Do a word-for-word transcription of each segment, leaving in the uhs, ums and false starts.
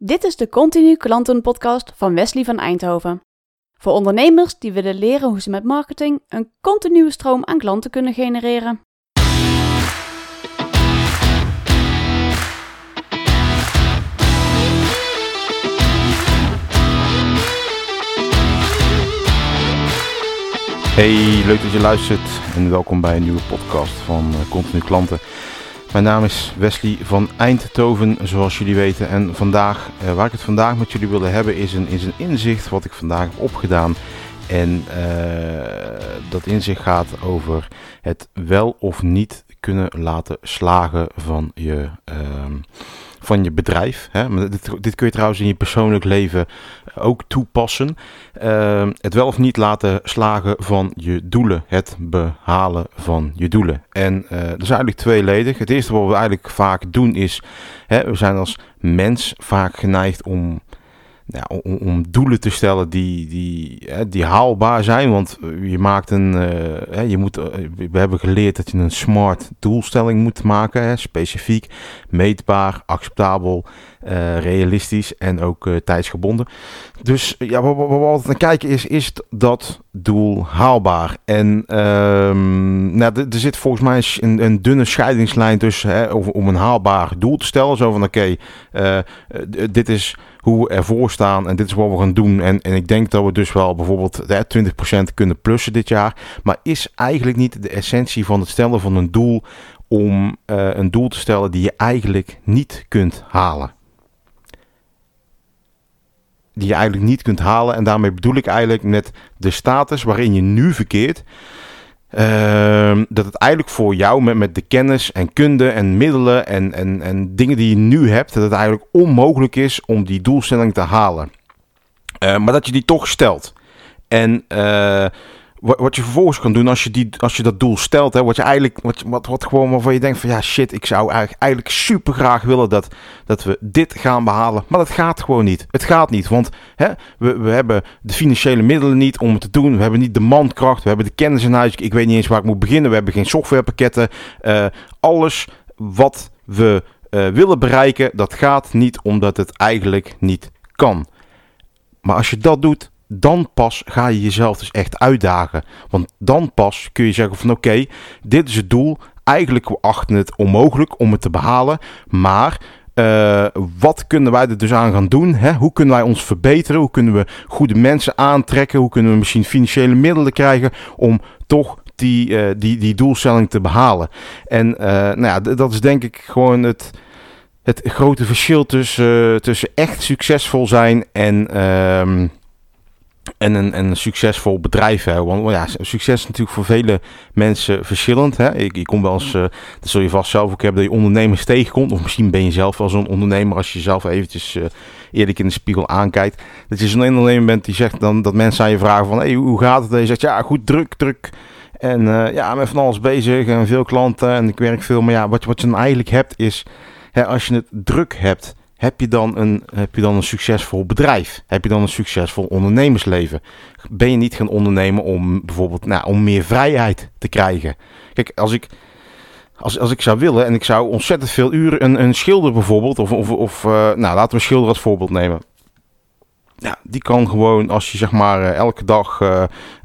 Dit is de Continu Klanten podcast van Wesley van Eindhoven. Voor ondernemers die willen leren hoe ze met marketing een continue stroom aan klanten kunnen genereren. Hey, leuk dat je luistert en welkom bij een nieuwe podcast van uh, Continu Klanten. Mijn naam is Wesley van Eindhoven, zoals jullie weten. En vandaag, uh, waar ik het vandaag met jullie willen hebben, is een, is een inzicht wat ik vandaag heb opgedaan. En uh, dat inzicht gaat over het wel of niet kunnen laten slagen van je, uh, van je bedrijf. Hè? Maar dit, dit kun je trouwens in je persoonlijk leven ook toepassen. Uh, het wel of niet laten slagen van je doelen. Het behalen van je doelen. En uh, dat is eigenlijk tweeledig. Het eerste wat we eigenlijk vaak doen is, hè, we zijn als mens vaak geneigd om... Ja, om, om doelen te stellen die, die, hè, die haalbaar zijn, want je maakt een, uh, hè, je moet, uh, we hebben geleerd dat je een smart doelstelling moet maken, hè, specifiek, meetbaar, acceptabel, uh, realistisch en ook uh, tijdsgebonden. Dus ja, wat, wat we altijd naar kijken is, is dat doel haalbaar? En um, nou, er zit volgens mij een, een dunne scheidingslijn tussen, hè, om, om een haalbaar doel te stellen, zo van oké, okay, uh, dit is hoe we ervoor staan en dit is wat we gaan doen. En, en ik denk dat we dus wel bijvoorbeeld hè, twintig procent kunnen plussen dit jaar. Maar is eigenlijk niet de essentie van het stellen van een doel om uh, een doel te stellen die je eigenlijk niet kunt halen. Die je eigenlijk niet kunt halen. En daarmee bedoel ik eigenlijk met de status waarin je nu verkeert. Uh, dat het eigenlijk voor jou met, met de kennis en kunde en middelen en, en, en dingen die je nu hebt, dat het eigenlijk onmogelijk is om die doelstelling te halen. Uh, maar dat je die toch stelt. En uh, wat, wat je vervolgens kan doen als je, die, als je dat doel stelt, hè, wat je eigenlijk, wat, wat, wat gewoon waarvan je denkt van ja shit, ik zou eigenlijk, eigenlijk super graag willen dat, dat we dit gaan behalen. Maar dat gaat gewoon niet. Het gaat niet, want hè, we, we hebben de financiële middelen niet om het te doen. We hebben niet de mankracht, we hebben de kennis in huis. Ik weet niet eens waar ik moet beginnen. We hebben geen softwarepakketten. Uh, alles wat we uh, willen bereiken, dat gaat niet omdat het eigenlijk niet kan. Maar als je dat doet, dan pas ga je jezelf dus echt uitdagen. Want dan pas kun je zeggen van oké, okay, dit is het doel. Eigenlijk we achten het onmogelijk om het te behalen. Maar uh, wat kunnen wij er dus aan gaan doen? Hè? Hoe kunnen wij ons verbeteren? Hoe kunnen we goede mensen aantrekken? Hoe kunnen we misschien financiële middelen krijgen om toch die, uh, die, die doelstelling te behalen? En uh, nou ja, d- dat is denk ik gewoon het... Het grote verschil tussen, uh, tussen echt succesvol zijn en, uh, en, een, en een succesvol bedrijf. Hè. Want ja, succes is natuurlijk voor vele mensen verschillend. Hè. Ik, ik kom wel eens, uh, dat zul je vast zelf ook hebben, dat je ondernemers tegenkomt. Of misschien ben je zelf wel zo'n ondernemer als je jezelf eventjes uh, eerlijk in de spiegel aankijkt. Dat je zo'n ondernemer bent die zegt dan dat mensen aan je vragen van hey, hoe gaat het? En je zegt ja goed, druk, druk. En uh, ja, ik ben van alles bezig en veel klanten en ik werk veel. Maar ja, wat, wat je dan eigenlijk hebt is... Hè, als je het druk hebt, heb je, dan een, heb je dan een succesvol bedrijf? Heb je dan een succesvol ondernemersleven? Ben je niet gaan ondernemen om bijvoorbeeld nou, om meer vrijheid te krijgen? Kijk, als ik, als, als ik zou willen en ik zou ontzettend veel uren een, een schilder bijvoorbeeld, of, of, of uh, nou, laten we een schilder als voorbeeld nemen. Ja, die kan gewoon als je zeg maar uh, elke dag uh,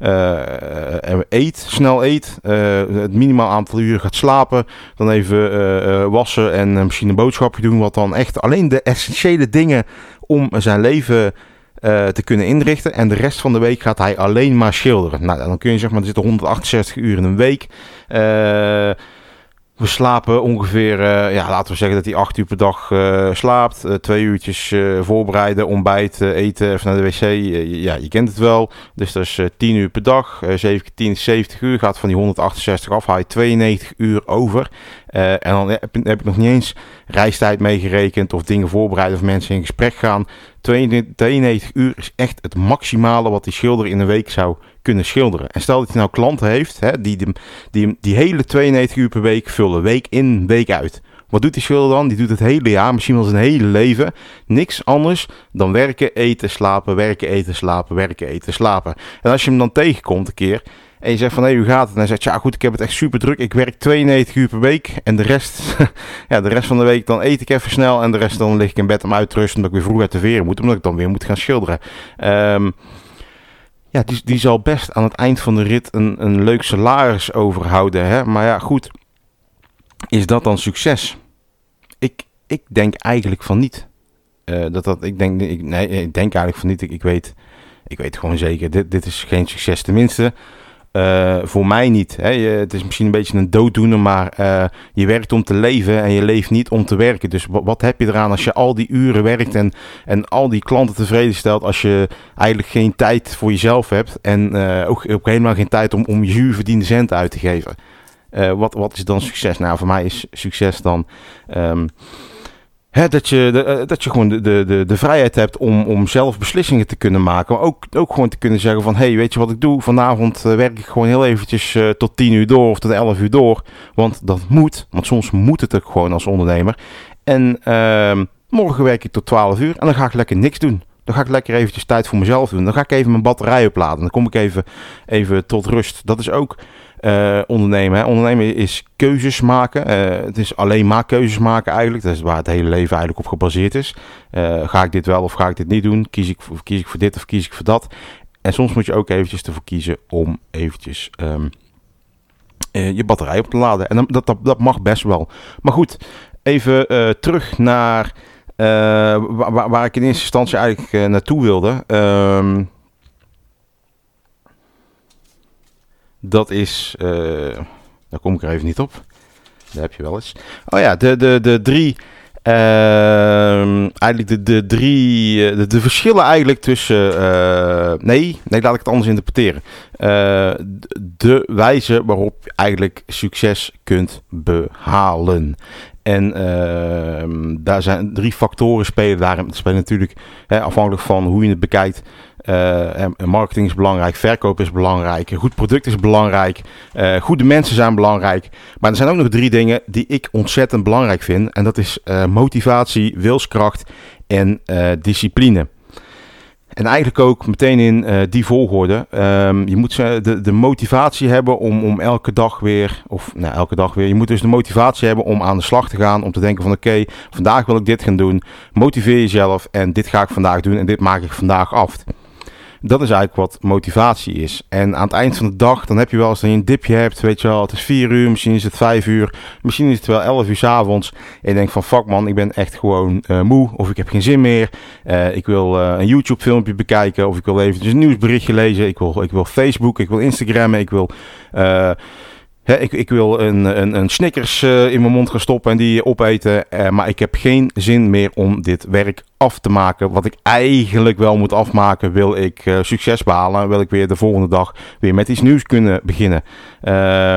uh, eet, snel eet, uh, het minimaal aantal uren gaat slapen, dan even uh, uh, wassen en uh, misschien een boodschapje doen, wat dan echt alleen de essentiële dingen om zijn leven uh, te kunnen inrichten. En de rest van de week gaat hij alleen maar schilderen. Nou, dan kun je zeg maar, er zitten honderdachtenzestig uur in een week. Uh, We slapen ongeveer, uh, ja, laten we zeggen dat hij acht uur per dag uh, slaapt. Uh, twee uurtjes uh, voorbereiden, ontbijt, uh, eten, even naar de wc. Uh, ja, je kent het wel. Dus dat is uh, tien uur per dag. Uh, zeven keer tien is zeventig uur. Gaat van die honderdachtenzestig af, haal je tweeënnegentig uur over. Uh, en dan heb, heb ik nog niet eens reistijd meegerekend of dingen voorbereiden of mensen in gesprek gaan. tweeënnegentig uur is echt het maximale wat die schilder in een week zou kunnen schilderen. En stel dat hij nou klanten heeft, hè, die, die, die die hele tweeënnegentig uur per week vullen, week in, week uit. Wat doet die schilder dan? Die doet het hele jaar, misschien wel zijn hele leven, niks anders dan werken, eten, slapen, werken, eten, slapen, werken, eten, slapen. En als je hem dan tegenkomt een keer En je zegt van, hé, hey, hoe gaat het? En hij zegt, ja goed, ik heb het echt super druk. Ik werk tweeënnegentig uur per week. En de rest, ja, de rest van de week dan eet ik even snel. En de rest dan lig ik in bed om uit te rusten. Omdat ik weer vroeg uit de veren moet. Omdat ik dan weer moet gaan schilderen. Um, ja, die, die zal best aan het eind van de rit een, een leuk salaris overhouden. Hè? Maar ja, goed. Is dat dan succes? Ik, ik denk eigenlijk van niet. Uh, dat dat, ik, denk, ik, nee, ik denk eigenlijk van niet. Ik, ik, weet, ik weet gewoon zeker, dit, dit is geen succes. Tenminste, uh, voor mij niet. Hè. Je, het is misschien een beetje een dooddoener, maar uh, je werkt om te leven en je leeft niet om te werken. Dus wat, wat heb je eraan als je al die uren werkt en, en al die klanten tevreden stelt, als je eigenlijk geen tijd voor jezelf hebt en uh, ook, ook helemaal geen tijd om, om je zuurverdiende centen uit te geven. Uh, wat, wat is dan succes? Nou, voor mij is succes dan Um, He, dat, je, de, dat je gewoon de, de, de vrijheid hebt om, om zelf beslissingen te kunnen maken. Maar ook, ook gewoon te kunnen zeggen van, hé, hey, weet je wat ik doe? Vanavond uh, werk ik gewoon heel eventjes uh, tot tien uur door of tot elf uur door. Want dat moet, want soms moet het ook gewoon als ondernemer. En uh, morgen werk ik tot twaalf uur en dan ga ik lekker niks doen. Dan ga ik lekker eventjes tijd voor mezelf doen. Dan ga ik even mijn batterij opladen. Dan kom ik even, even tot rust. Dat is ook uh, ondernemen. Hè. Ondernemen is keuzes maken. Uh, het is alleen maar keuzes maken eigenlijk. Dat is waar het hele leven eigenlijk op gebaseerd is. Uh, ga ik dit wel of ga ik dit niet doen? Kies ik, kies ik voor dit of kies ik voor dat? En soms moet je ook eventjes ervoor kiezen om eventjes Um, uh, je batterij op te laden. En dat, dat, dat mag best wel. Maar goed, even uh, terug naar Uh, waar, waar ik in eerste instantie eigenlijk uh, naartoe wilde. Um, dat is, uh, daar kom ik er even niet op. Daar heb je wel eens. Oh ja, de, de, de drie, uh, eigenlijk de, de drie, uh, de, de verschillen eigenlijk tussen, uh, nee, nee, laat ik het anders interpreteren. Uh, de wijze waarop je eigenlijk succes kunt behalen. En uh, daar zijn drie factoren spelen daarin. Het speelt natuurlijk hè, afhankelijk van hoe je het bekijkt. Uh, marketing is belangrijk, verkoop is belangrijk, een goed product is belangrijk, uh, goede mensen zijn belangrijk. Maar er zijn ook nog drie dingen die ik ontzettend belangrijk vind. En dat is uh, motivatie, wilskracht en uh, discipline. En eigenlijk ook meteen in uh, die volgorde. Um, je moet de, de motivatie hebben om, om elke dag weer, of nou elke dag weer. Je moet dus de motivatie hebben om aan de slag te gaan. Om te denken van oké, okay, vandaag wil ik dit gaan doen. Motiveer jezelf en dit ga ik vandaag doen en dit maak ik vandaag af. Dat is eigenlijk wat motivatie is. En aan het eind van de dag, dan heb je wel eens dat je een dipje hebt. Weet je wel, het is vier uur, misschien is het vijf uur. Misschien is het wel elf uur 's avonds. En je denkt van fuck man, ik ben echt gewoon uh, moe. Of ik heb geen zin meer. Uh, ik wil uh, een YouTube filmpje bekijken. Of ik wil eventjes een nieuwsberichtje lezen. Ik wil, ik wil Facebook, ik wil Instagrammen. Ik wil Uh, He, ik, ik wil een, een, een Snickers uh, in mijn mond gaan stoppen en die opeten. Uh, maar ik heb geen zin meer om dit werk af te maken. Wat ik eigenlijk wel moet afmaken. Wil ik uh, succes behalen. Wil ik weer de volgende dag weer met iets nieuws kunnen beginnen. Uh,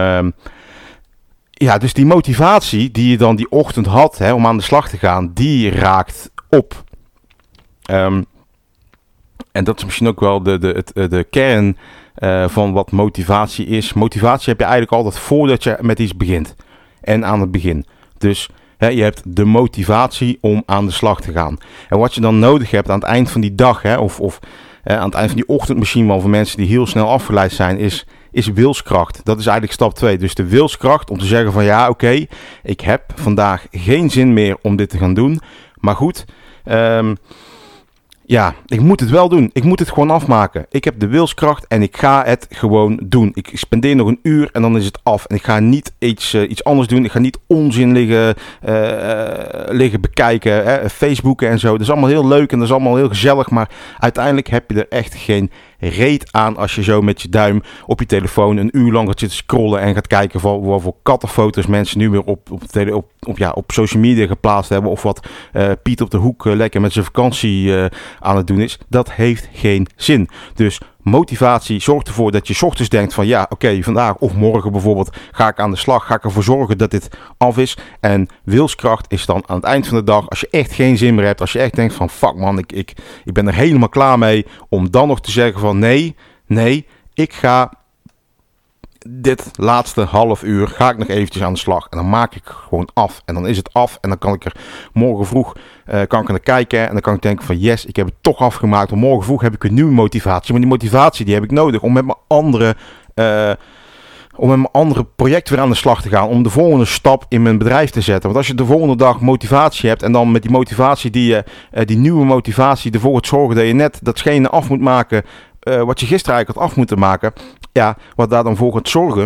ja, dus die motivatie die je dan die ochtend had hè, om aan de slag te gaan. Die raakt op. Um, en dat is misschien ook wel de, de, de, de kern Uh, van wat motivatie is. Motivatie heb je eigenlijk altijd voordat je met iets begint. En aan het begin. Dus hè, je hebt de motivatie om aan de slag te gaan. En wat je dan nodig hebt aan het eind van die dag. Hè, of of uh, aan het eind van die ochtend misschien wel voor mensen die heel snel afgeleid zijn. Is, is wilskracht. Dat is eigenlijk stap twee. Dus de wilskracht om te zeggen van ja oké. Okay, ik heb vandaag geen zin meer om dit te gaan doen. Maar goed. Um, Ja, ik moet het wel doen. Ik moet het gewoon afmaken. Ik heb de wilskracht en ik ga het gewoon doen. Ik spendeer nog een uur en dan is het af. En ik ga niet iets, uh, iets anders doen. Ik ga niet onzin liggen, uh, liggen bekijken, hè, Facebooken en zo. Dat is allemaal heel leuk en dat is allemaal heel gezellig. Maar uiteindelijk heb je er echt geen reet aan als je zo met je duim op je telefoon een uur lang gaat zitten scrollen en gaat kijken voor, wat voor kattenfoto's mensen nu weer op, op, tele, op, op, ja, op social media geplaatst hebben. Of wat uh, Piet op de hoek uh, lekker met zijn vakantie uh, aan het doen is. Dat heeft geen zin. Dus motivatie zorgt ervoor dat je 's ochtends denkt van ja, oké, okay, vandaag of morgen bijvoorbeeld ga ik aan de slag. Ga ik ervoor zorgen dat dit af is. En wilskracht is dan aan het eind van de dag, als je echt geen zin meer hebt, als je echt denkt van fuck man, ik, ik, ik ben er helemaal klaar mee, om dan nog te zeggen van nee, nee, ik ga dit laatste half uur ga ik nog eventjes aan de slag. En dan maak ik gewoon af. En dan is het af. En dan kan ik er morgen vroeg uh, kan ik er naar kijken. En dan kan ik denken van yes, ik heb het toch afgemaakt. Want morgen vroeg heb ik een nieuwe motivatie. Maar die motivatie die heb ik nodig om met mijn andere Uh, om met een andere project weer aan de slag te gaan. Om de volgende stap in mijn bedrijf te zetten. Want als je de volgende dag motivatie hebt. En dan met die motivatie, die, uh, die nieuwe motivatie ervoor gaat zorgen dat je net datgene af moet maken. Uh, wat je gisteren eigenlijk had af moeten maken. Ja, wat daar dan voor gaat zorgen.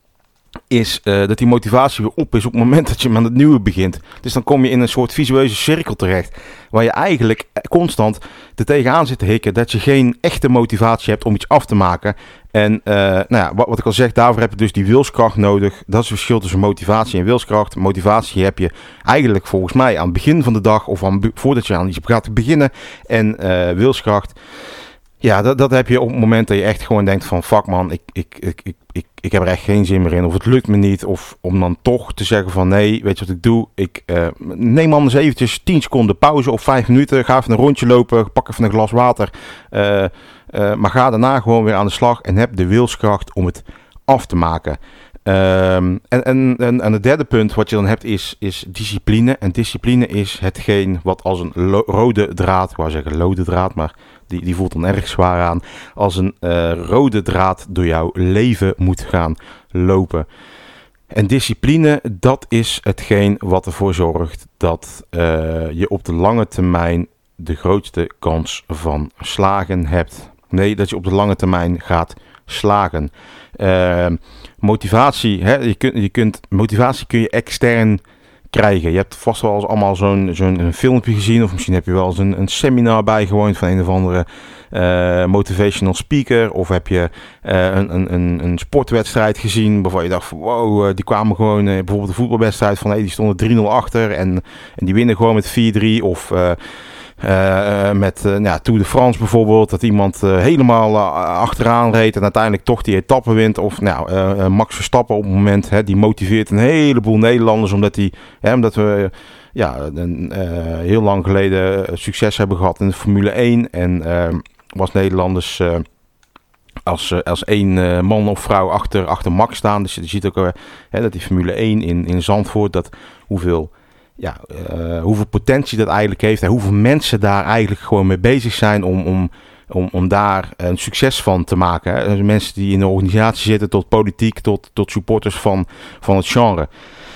Is uh, dat die motivatie weer op is op het moment dat je aan het nieuwe begint. Dus dan kom je in een soort visueuze cirkel terecht. Waar je eigenlijk constant er tegenaan zit te hikken. Dat je geen echte motivatie hebt om iets af te maken. En uh, nou ja, wat, wat ik al zeg, daarvoor heb je dus die wilskracht nodig. Dat is het verschil tussen motivatie en wilskracht. Motivatie heb je eigenlijk volgens mij aan het begin van de dag. Of aan, voordat je aan iets gaat beginnen. En uh, wilskracht... Ja, dat, dat heb je op het moment dat je echt gewoon denkt van... Fuck man, ik, ik, ik, ik, ik, ik heb er echt geen zin meer in. Of het lukt me niet. Of om dan toch te zeggen van... Nee, weet je wat ik doe? Ik uh, neem anders eventjes tien seconden pauze of vijf minuten. Ga even een rondje lopen. Pak even een glas water. Uh, uh, maar ga daarna gewoon weer aan de slag. En heb de wilskracht om het af te maken. Um, en, en, en, en het derde punt wat je dan hebt is, is discipline. En discipline is hetgeen wat als een lo- rode draad... Ik wou zeggen lode draad, maar... Die, die voelt dan erg zwaar aan. Als een uh, rode draad door jouw leven moet gaan lopen. En discipline, dat is hetgeen wat ervoor zorgt dat uh, je op de lange termijn de grootste kans van slagen hebt. Nee, dat je op de lange termijn gaat slagen. Uh, motivatie, hè, je kunt, je kunt, motivatie kun je extern krijgen. Je hebt vast wel eens allemaal zo'n, zo'n een filmpje gezien. Of misschien heb je wel eens een, een seminar bijgewoond van een of andere uh, motivational speaker. Of heb je uh, een, een, een sportwedstrijd gezien waarvan je dacht van wow, uh, die kwamen gewoon, uh, bijvoorbeeld de voetbalwedstrijd van hey, die stonden drie nul achter en, en die winnen gewoon met vier drie. Of uh, Uh, met uh, ja, Tour de France bijvoorbeeld, dat iemand uh, helemaal uh, achteraan reed en uiteindelijk toch die etappe wint. Of nou, uh, uh, Max Verstappen op het moment, hè, die motiveert een heleboel Nederlanders, omdat, die, hè, omdat we uh, ja, een, uh, heel lang geleden succes hebben gehad in de Formule één. En uh, was Nederlanders uh, als, uh, als één uh, man of vrouw achter, achter Max staan. Dus je ziet ook uh, hè, dat die Formule één in, in Zandvoort, dat hoeveel... Ja, uh, hoeveel potentie dat eigenlijk heeft en hoeveel mensen daar eigenlijk gewoon mee bezig zijn om, om, om, om daar een succes van te maken. Hè. Dus mensen die in de organisatie zitten, tot politiek, tot, tot supporters van, van het genre.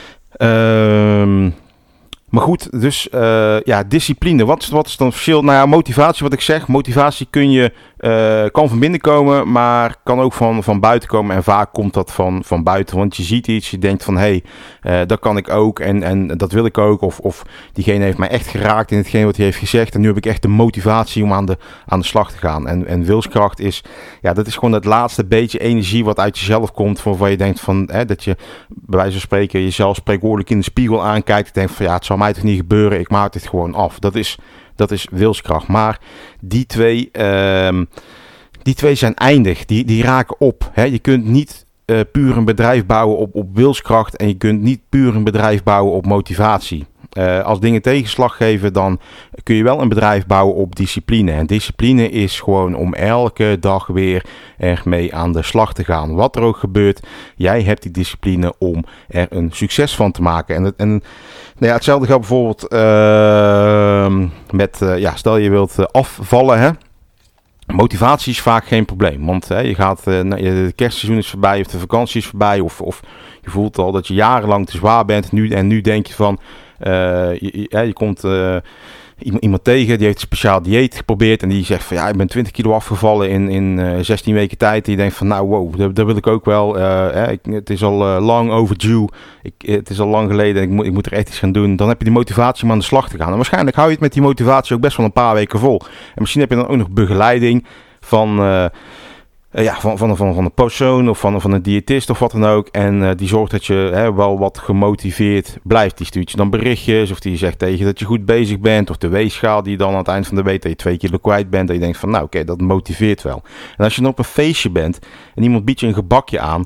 Um, maar goed, dus uh, ja, discipline. Wat is, wat is dan het verschil? Nou ja, motivatie, wat ik zeg. Motivatie kun je, uh, kan van binnen komen, maar kan ook van, van buiten komen. En vaak komt dat van, van buiten, want je ziet iets, je denkt van, hé, hey, uh, dat kan ik ook en, en dat wil ik ook. Of, of diegene heeft mij echt geraakt in hetgeen wat hij heeft gezegd. En nu heb ik echt de motivatie om aan de, aan de slag te gaan. En, en wilskracht is, ja, dat is gewoon het laatste beetje energie wat uit jezelf komt. Waarvan je denkt van, hè, dat je bij wijze van spreken jezelf spreekwoordelijk in de spiegel aankijkt. En denkt van, ja, het zal mij toch niet gebeuren, ik maak dit gewoon af. Dat is, dat is wilskracht. Maar die twee, uh, die twee zijn eindig. Die, die raken op. Hè. Je kunt niet uh, puur een bedrijf bouwen op, op wilskracht en je kunt niet puur een bedrijf bouwen op motivatie. Uh, als dingen tegenslag geven, dan kun je wel een bedrijf bouwen op discipline. En discipline is gewoon om elke dag weer ermee aan de slag te gaan. Wat er ook gebeurt, jij hebt die discipline om er een succes van te maken. En, en nou ja, hetzelfde geldt bijvoorbeeld uh, met, uh, ja, stel je wilt uh, afvallen, hè. Motivatie is vaak geen probleem, want hè, je gaat, uh, de kerstseizoen is voorbij of de vakantie is voorbij of, of je voelt al dat je jarenlang te zwaar bent nu, en nu denk je van, uh, je, je, je komt uh, iemand tegen die heeft een speciaal dieet geprobeerd en die zegt van ja, ik ben twintig kilo afgevallen in, in uh, zestien weken tijd. En je denkt van nou wow, dat, dat wil ik ook wel. Uh, hè, ik, het is al uh, lang overdue. Ik, het is al lang geleden. Ik moet, ik moet er echt iets gaan doen. Dan heb je die motivatie om aan de slag te gaan. En waarschijnlijk hou je het met die motivatie ook best wel een paar weken vol. En misschien heb je dan ook nog begeleiding van... Uh, Uh, ja, van, van, van, van een persoon of van, van een diëtist of wat dan ook. En uh, die zorgt dat je hè, wel wat gemotiveerd blijft. Die stuurt je dan berichtjes of die zegt tegen je dat je goed bezig bent. Of de weegschaal die dan aan het eind van de week dat je twee kilo kwijt bent. Dat je denkt van nou oké, okay, dat motiveert wel. En als je dan op een feestje bent en iemand biedt je een gebakje aan.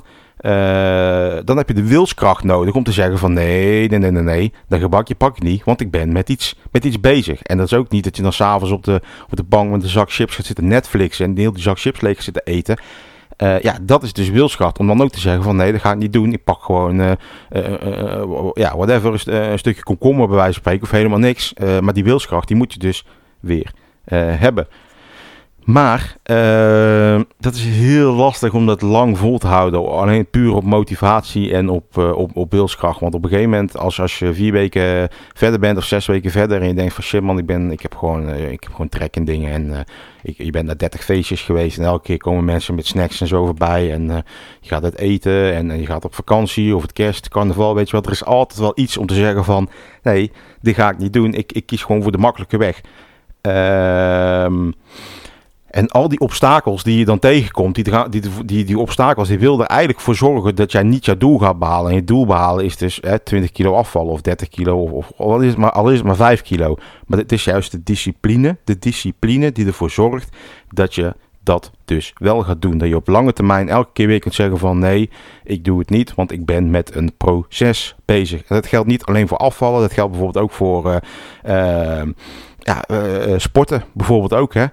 Uh, dan heb je de wilskracht nodig om te zeggen van nee, nee, nee, nee, nee, dat gebakje pak ik niet, want ik ben met iets, met iets bezig. En dat is ook niet dat je dan s'avonds op de, op de bank met een zak chips gaat zitten Netflixen en heel die zak chips leeg gaat zitten eten. Uh, ja, dat is dus wilskracht. Om dan ook te zeggen van nee, dat ga ik niet doen. Ik pak gewoon, uh, uh, uh, ja, whatever, een, uh, een stukje komkommer bij wijze van spreken of helemaal niks. Uh, maar die wilskracht, die moet je dus weer uh, hebben. Maar uh, dat is heel lastig om dat lang vol te houden. Alleen puur op motivatie en op, uh, op, op wilskracht. Want op een gegeven moment, als, als je vier weken verder bent of zes weken verder en je denkt van shit man, ik, ben, ik, heb, gewoon, uh, ik heb gewoon trek in dingen. En uh, ik, je bent naar dertig feestjes geweest en elke keer komen mensen met snacks en zo voorbij. En uh, je gaat het eten en, en je gaat op vakantie of het kerst, carnaval, weet je wat. Er is altijd wel iets om te zeggen van nee, dit ga ik niet doen. Ik, ik kies gewoon voor de makkelijke weg. Ehm... Uh, En al die obstakels die je dan tegenkomt, die, die, die, die obstakels, die wil er eigenlijk voor zorgen dat jij niet jouw doel gaat behalen. En je doel behalen is dus hè, twintig kilo afvallen of dertig kilo of, of al, is het maar, al is het maar vijf kilo. Maar het is juist de discipline, de discipline die ervoor zorgt dat je dat dus wel gaat doen. Dat je op lange termijn elke keer weer kunt zeggen van nee, ik doe het niet, want ik ben met een proces bezig. En dat geldt niet alleen voor afvallen, dat geldt bijvoorbeeld ook voor... Uh, uh, Ja, uh, sporten bijvoorbeeld ook. Hè.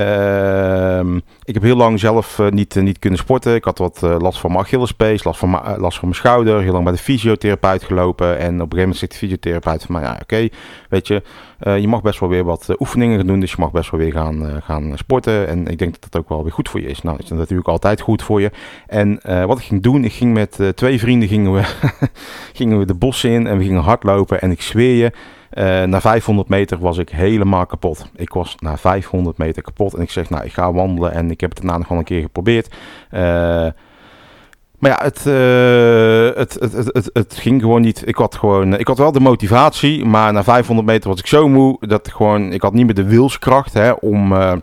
Uh, ik heb heel lang zelf uh, niet, uh, niet kunnen sporten. Ik had wat uh, last van mijn Achillespees, last van, ma- last van mijn schouder. Heel lang bij de fysiotherapeut gelopen. En op een gegeven moment zegt de fysiotherapeut van mij, ja oké, okay, weet je, uh, je mag best wel weer wat uh, oefeningen gaan doen. Dus je mag best wel weer gaan, uh, gaan sporten. En ik denk dat dat ook wel weer goed voor je is. Nou, dat is natuurlijk altijd goed voor je. En uh, wat ik ging doen, ik ging met uh, twee vrienden gingen we, gingen we de bossen in en we gingen hardlopen. En ik zweer je, Uh, na vijfhonderd meter was ik helemaal kapot. Ik was na vijfhonderd meter kapot. En ik zeg, nou, ik ga wandelen. En ik heb het daarna nog wel een keer geprobeerd. Uh, maar ja, het, uh, het, het, het, het, het ging gewoon niet. Ik had gewoon, ik had wel de motivatie. Maar na vijfhonderd meter was ik zo moe. Dat ik gewoon, ik had niet meer de wilskracht hè, om... Uh,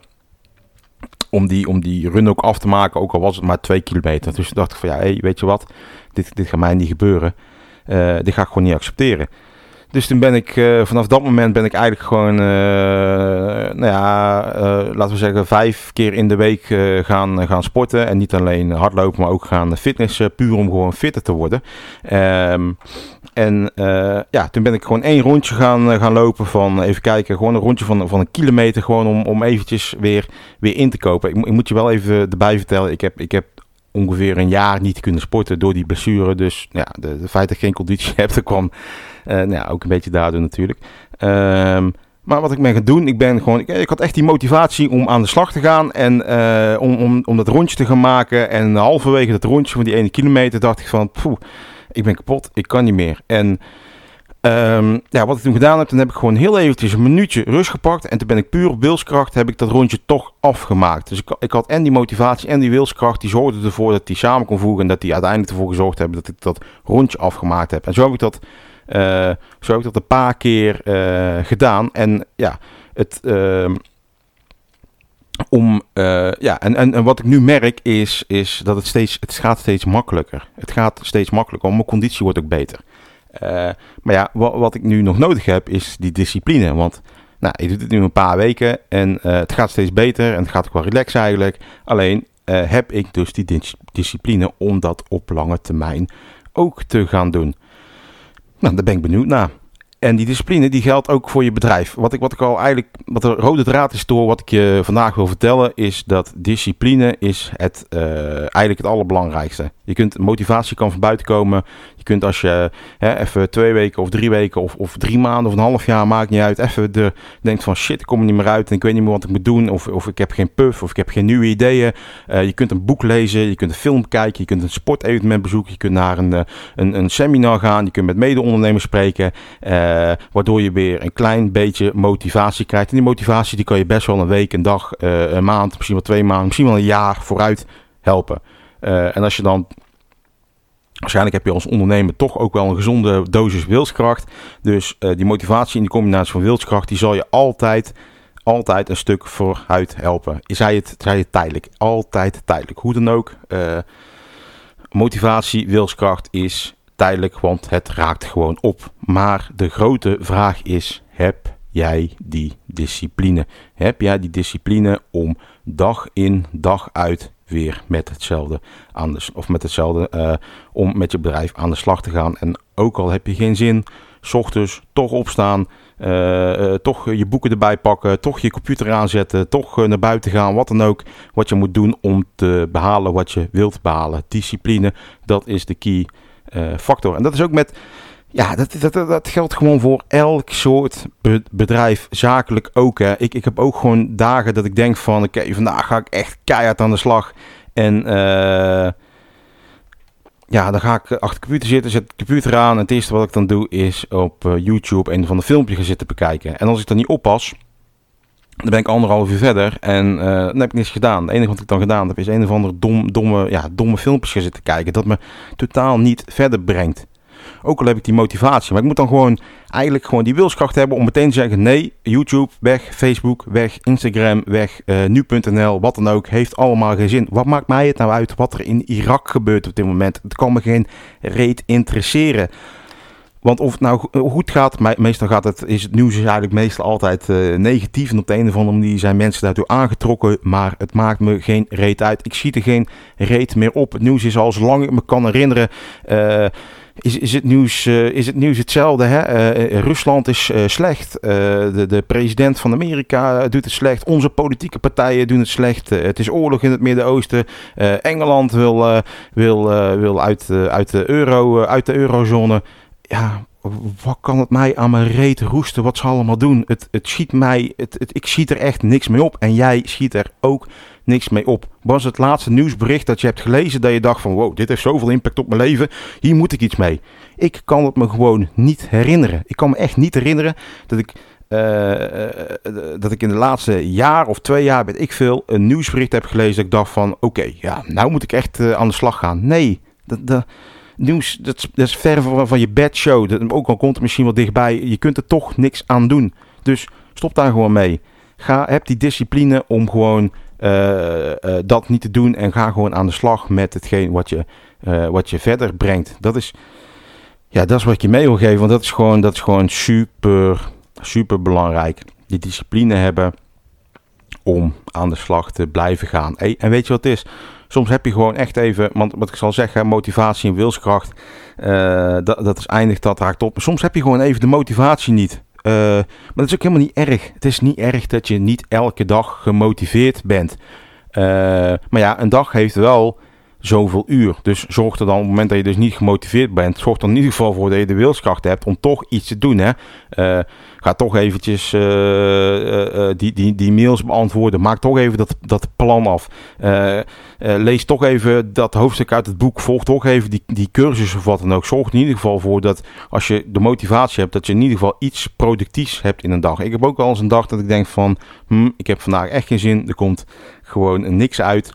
Om die, om die run ook af te maken, ook al was het maar twee kilometer. Dus toen dacht ik van ja, hey, weet je wat, dit, dit gaat mij niet gebeuren. Uh, dit ga ik gewoon niet accepteren. Dus toen ben ik, uh, vanaf dat moment ben ik eigenlijk gewoon, uh, nou ja, uh, laten we zeggen vijf keer in de week uh, gaan, gaan sporten. En niet alleen hardlopen, maar ook gaan fitnessen, puur om gewoon fitter te worden. Um, en uh, ja, toen ben ik gewoon één rondje gaan, uh, gaan lopen van, even kijken, gewoon een rondje van, van een kilometer. Gewoon om, om eventjes weer, weer in te kopen. Ik, ik moet je wel even erbij vertellen, ik heb... Ik heb ongeveer een jaar niet kunnen sporten door die blessure. Dus ja, de, de feit dat ik geen conditie heb, dat kwam uh, nou ja, ook een beetje daardoor natuurlijk. Um, maar wat ik ben gaan doen, ik ben gewoon, ik, ik had echt die motivatie om aan de slag te gaan en uh, om, om, om dat rondje te gaan maken. En halverwege dat rondje van die ene kilometer dacht ik van, poeh, ik ben kapot, ik kan niet meer. En Um, ja, wat ik toen gedaan heb, dan heb ik gewoon heel eventjes een minuutje rust gepakt. En toen ben ik puur op wilskracht, heb ik dat rondje toch afgemaakt. Dus ik, ik had en die motivatie en die wilskracht, die zorgden ervoor dat die samen kon voegen. En dat die uiteindelijk ervoor gezorgd hebben dat ik dat rondje afgemaakt heb. En zo heb ik dat, uh, zo heb ik dat een paar keer uh, gedaan. En ja, het... Uh, Om, uh, ja, en, en, en wat ik nu merk is, is dat het steeds, het gaat steeds makkelijker. Het gaat steeds makkelijker, mijn conditie wordt ook beter. Uh, maar ja, wat, wat ik nu nog nodig heb, is die discipline. Want nou, ik doe dit nu een paar weken en uh, het gaat steeds beter en het gaat ook wel relaxen eigenlijk. Alleen uh, heb ik dus die dis- discipline om dat op lange termijn ook te gaan doen. Nou, daar ben ik benieuwd naar. En die discipline die geldt ook voor je bedrijf. Wat ik, wat ik al eigenlijk, wat de rode draad is door wat ik je vandaag wil vertellen, is dat discipline is het, uh, eigenlijk het allerbelangrijkste. Je kunt, motivatie kan van buiten komen. Je kunt als je hè, even twee weken of drie weken of, of drie maanden of een half jaar, maakt niet uit, even de, denkt van shit, ik kom er niet meer uit en ik weet niet meer wat ik moet doen. Of, of ik heb geen puff of ik heb geen nieuwe ideeën. Uh, je kunt een boek lezen, je kunt een film kijken, je kunt een sportevenement bezoeken, je kunt naar een, een, een seminar gaan, je kunt met mede-ondernemers spreken. Uh, Uh, waardoor je weer een klein beetje motivatie krijgt. En die motivatie die kan je best wel een week, een dag, uh, een maand, misschien wel twee maanden, misschien wel een jaar vooruit helpen. Uh, en als je dan... Waarschijnlijk heb je als ondernemer toch ook wel een gezonde dosis wilskracht. Dus uh, die motivatie in die combinatie van wilskracht, die zal je altijd, altijd een stuk vooruit helpen. Zij het, zij het tijdelijk. Altijd tijdelijk. Hoe dan ook. Uh, motivatie, wilskracht is... tijdelijk, want het raakt gewoon op. Maar de grote vraag is, heb jij die discipline? Heb jij die discipline om dag in, dag uit weer met hetzelfde aan de, of met hetzelfde uh, om met je bedrijf aan de slag te gaan? En ook al heb je geen zin, 's ochtends toch opstaan, uh, uh, toch je boeken erbij pakken, toch je computer aanzetten, toch uh, naar buiten gaan, wat dan ook, wat je moet doen om te behalen wat je wilt behalen. Discipline, dat is de key Uh, factor. En dat is ook met, Ja, dat, dat, dat geldt gewoon voor elk soort be- bedrijf, zakelijk ook. Hè. Ik, ik heb ook gewoon dagen dat ik denk van, oké, okay, vandaag ga ik echt keihard aan de slag. En uh, ja, dan ga ik achter de computer zitten, zet de computer aan. En het eerste wat ik dan doe is op uh, YouTube een van de filmpjes gaan zitten bekijken. En als ik dat niet oppas, dan ben ik anderhalf uur verder en uh, dan heb ik niks gedaan. Het enige wat ik dan gedaan heb is een of andere dom, domme, ja, domme filmpjes gaan zitten kijken. Dat me totaal niet verder brengt. Ook al heb ik die motivatie. Maar ik moet dan gewoon eigenlijk gewoon die wilskracht hebben om meteen te zeggen, nee, YouTube weg, Facebook weg, Instagram weg, uh, nu punt n l, wat dan ook, heeft allemaal geen zin. Wat maakt mij het nou uit wat er in Irak gebeurt op dit moment? Het kan me geen reet interesseren. Want of het nou goed gaat, meestal gaat het, is het nieuws is eigenlijk meestal altijd uh, negatief. En op de een of andere manier zijn mensen daartoe aangetrokken. Maar het maakt me geen reet uit. Ik zie er geen reet meer op. Het nieuws is al zolang ik me kan herinneren. Uh, Is, is, het nieuws, uh, is het nieuws hetzelfde? Hè? Uh, Rusland is uh, slecht. Uh, de, de president van Amerika doet het slecht. Onze politieke partijen doen het slecht. Uh, het is oorlog in het Midden-Oosten. Uh, Engeland wil, uh, wil, uh, wil uit, uh, uit, de euro, uh, uit de eurozone. Ja, wat kan het mij aan mijn reet roesten wat ze allemaal doen? Het, het schiet mij, het, het, ik schiet er echt niks mee op. En jij schiet er ook niks mee op. Was het laatste nieuwsbericht dat je hebt gelezen dat je dacht van wow, dit heeft zoveel impact op mijn leven. Hier moet ik iets mee. Ik kan het me gewoon niet herinneren. Ik kan me echt niet herinneren dat ik, uh, uh, dat ik in de laatste jaar of twee jaar, weet ik veel, een nieuwsbericht heb gelezen dat ik dacht van oké, okay, ja, nou moet ik echt uh, aan de slag gaan. Nee, dat... dat nieuws, dat, dat is ver van, van je bedshow. Dat, ook al komt het misschien wel dichtbij. Je kunt er toch niks aan doen. Dus stop daar gewoon mee. Ga, heb die discipline om gewoon uh, uh, dat niet te doen. En ga gewoon aan de slag met hetgeen wat je, uh, wat je verder brengt. Dat is, ja, dat is wat ik je mee wil geven. Want dat is gewoon, dat is gewoon super, super belangrijk. Die discipline hebben om aan de slag te blijven gaan. Hey, en weet je wat het is? Soms heb je gewoon echt even, want wat ik zal zeggen, motivatie en wilskracht, uh, dat, dat is eindig, dat raakt op. Soms heb je gewoon even de motivatie niet. Uh, maar dat is ook helemaal niet erg. Het is niet erg dat je niet elke dag gemotiveerd bent. Uh, maar ja, een dag heeft wel zoveel uur. Dus zorg er dan op het moment dat je dus niet gemotiveerd bent, zorg er in ieder geval voor dat je de wilskracht hebt om toch iets te doen. Hè? Uh, ga toch eventjes uh, uh, uh, die, die, die mails beantwoorden. Maak toch even dat, dat plan af. Uh, uh, lees toch even dat hoofdstuk uit het boek. Volg toch even die, die cursus of wat dan ook. Zorg er in ieder geval voor dat als je de motivatie hebt, dat je in ieder geval iets productiefs hebt in een dag. Ik heb ook wel eens een dag dat ik denk van, hm, ik heb vandaag echt geen zin. Er komt gewoon niks uit.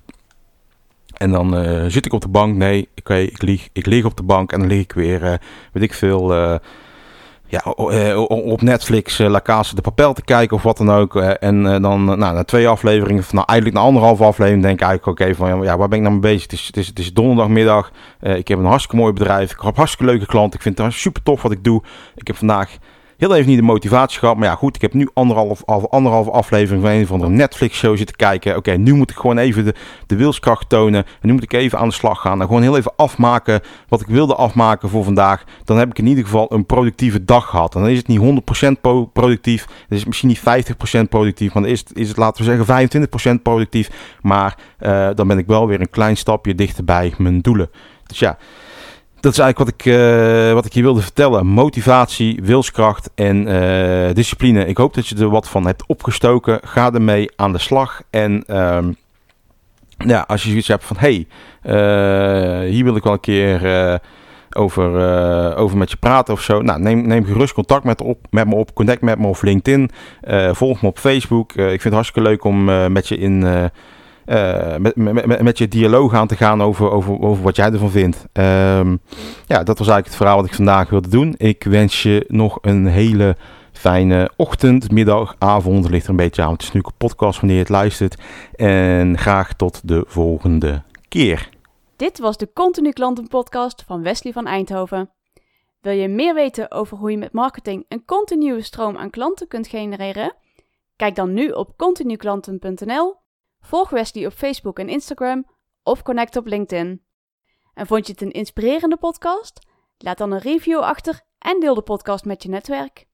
En dan uh, zit ik op de bank. Nee, oké, okay, ik, lig, ik lig op de bank en dan lig ik weer, uh, weet ik veel, uh, ja, uh, op Netflix uh, La Casa de Papel te kijken of wat dan ook. Uh, en uh, dan uh, nou, na twee afleveringen, of nou eigenlijk na anderhalve aflevering, denk ik eigenlijk oké okay, van, ja, waar ben ik nou mee bezig? Het is, het is, het is donderdagmiddag. Uh, ik heb een hartstikke mooi bedrijf. Ik heb hartstikke leuke klanten. Ik vind het super tof wat ik doe. Ik heb vandaag heel even niet de motivatie gehad. Maar ja, goed, ik heb nu anderhalf, anderhalf aflevering van een van de Netflix-show zitten kijken. Oké, okay, nu moet ik gewoon even de, de wilskracht tonen. En nu moet ik even aan de slag gaan. En gewoon heel even afmaken wat ik wilde afmaken voor vandaag. Dan heb ik in ieder geval een productieve dag gehad. En dan is het niet honderd procent productief. Dan is het misschien niet vijftig procent productief. Maar dan is het, is het laten we zeggen, vijfentwintig procent productief. Maar uh, dan ben ik wel weer een klein stapje dichter bij mijn doelen. Dus ja, dat is eigenlijk wat ik, uh, wat ik je wilde vertellen. Motivatie, wilskracht en uh, discipline. Ik hoop dat je er wat van hebt opgestoken. Ga ermee aan de slag. En uh, ja, als je zoiets hebt van, hé, hey, uh, hier wil ik wel een keer uh, over, uh, over met je praten of zo. Nou, neem, neem gerust contact met, op, met me op. Connect met me op LinkedIn. Uh, volg me op Facebook. Uh, ik vind het hartstikke leuk om uh, met je in... Uh, Uh, met, met, met je dialoog aan te gaan over, over, over wat jij ervan vindt. Um, ja, dat was eigenlijk het verhaal wat ik vandaag wilde doen. Ik wens je nog een hele fijne ochtend, middag, avond. Het ligt er een beetje aan. Het is nu een podcast wanneer je het luistert. En graag tot de volgende keer. Dit was de Continu Klanten podcast van Wesley van Eindhoven. Wil je meer weten over hoe je met marketing een continue stroom aan klanten kunt genereren? Kijk dan nu op continu klanten punt n l. Volg Wesley op Facebook en Instagram of connect op LinkedIn. En vond je het een inspirerende podcast? Laat dan een review achter en deel de podcast met je netwerk.